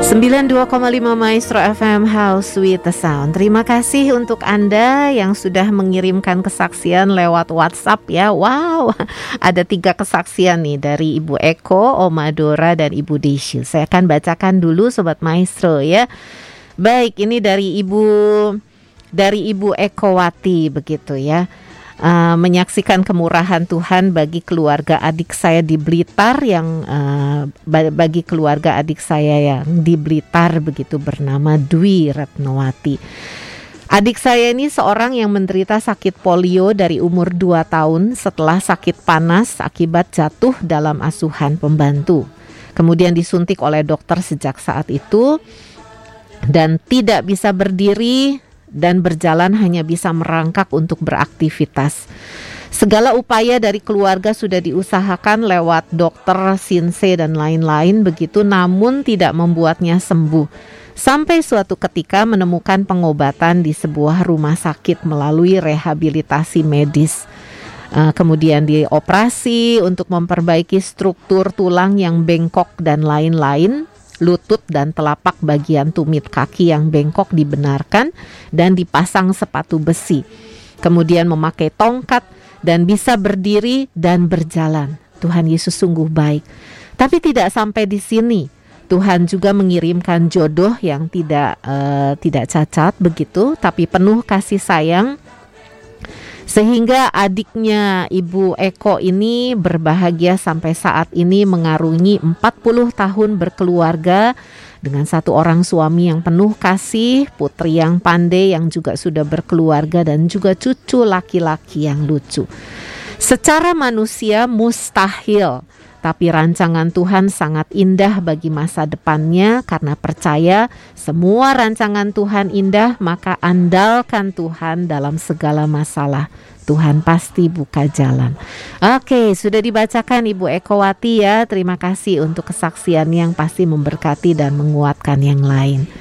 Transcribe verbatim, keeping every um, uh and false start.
sembilan puluh dua koma lima Maestro F M House with the Sound. Terima kasih untuk Anda yang sudah mengirimkan kesaksian lewat WhatsApp ya. Wow, ada tiga kesaksian nih dari Ibu Eko, Oma Dora, dan Ibu Desyu. Saya akan bacakan dulu Sobat Maestro ya. Baik, ini dari Ibu dari Ibu Ekowati begitu ya. Uh, menyaksikan kemurahan Tuhan bagi keluarga adik saya di Blitar yang uh, bagi keluarga adik saya yang di Blitar begitu, bernama Dwi Retnowati. Adik saya ini seorang yang menderita sakit polio dari umur dua tahun setelah sakit panas akibat jatuh dalam asuhan pembantu. Kemudian disuntik oleh dokter sejak saat itu dan tidak bisa berdiri dan berjalan, hanya bisa merangkak untuk beraktivitas. Segala upaya dari keluarga sudah diusahakan lewat dokter, sinse dan lain-lain begitu, namun tidak membuatnya sembuh. Sampai suatu ketika menemukan pengobatan di sebuah rumah sakit melalui rehabilitasi medis. Uh, kemudian dioperasi untuk memperbaiki struktur tulang yang bengkok dan lain-lain. Lutut dan telapak bagian tumit kaki yang bengkok dibenarkan dan dipasang sepatu besi. Kemudian memakai tongkat dan bisa berdiri dan berjalan. Tuhan Yesus sungguh baik. Tapi tidak sampai di sini. Tuhan juga mengirimkan jodoh yang tidak uh, tidak cacat begitu, tapi penuh kasih sayang. Sehingga adiknya Ibu Eko ini berbahagia sampai saat ini mengarungi empat puluh tahun berkeluarga dengan satu orang suami yang penuh kasih, putri yang pandai yang juga sudah berkeluarga, dan juga cucu laki-laki yang lucu. Secara manusia mustahil, tapi rancangan Tuhan sangat indah bagi masa depannya. Karena percaya semua rancangan Tuhan indah, maka andalkan Tuhan dalam segala masalah. Tuhan pasti buka jalan. Oke, sudah dibacakan Ibu Ekowati ya. Terima kasih untuk kesaksian yang pasti memberkati dan menguatkan yang lain.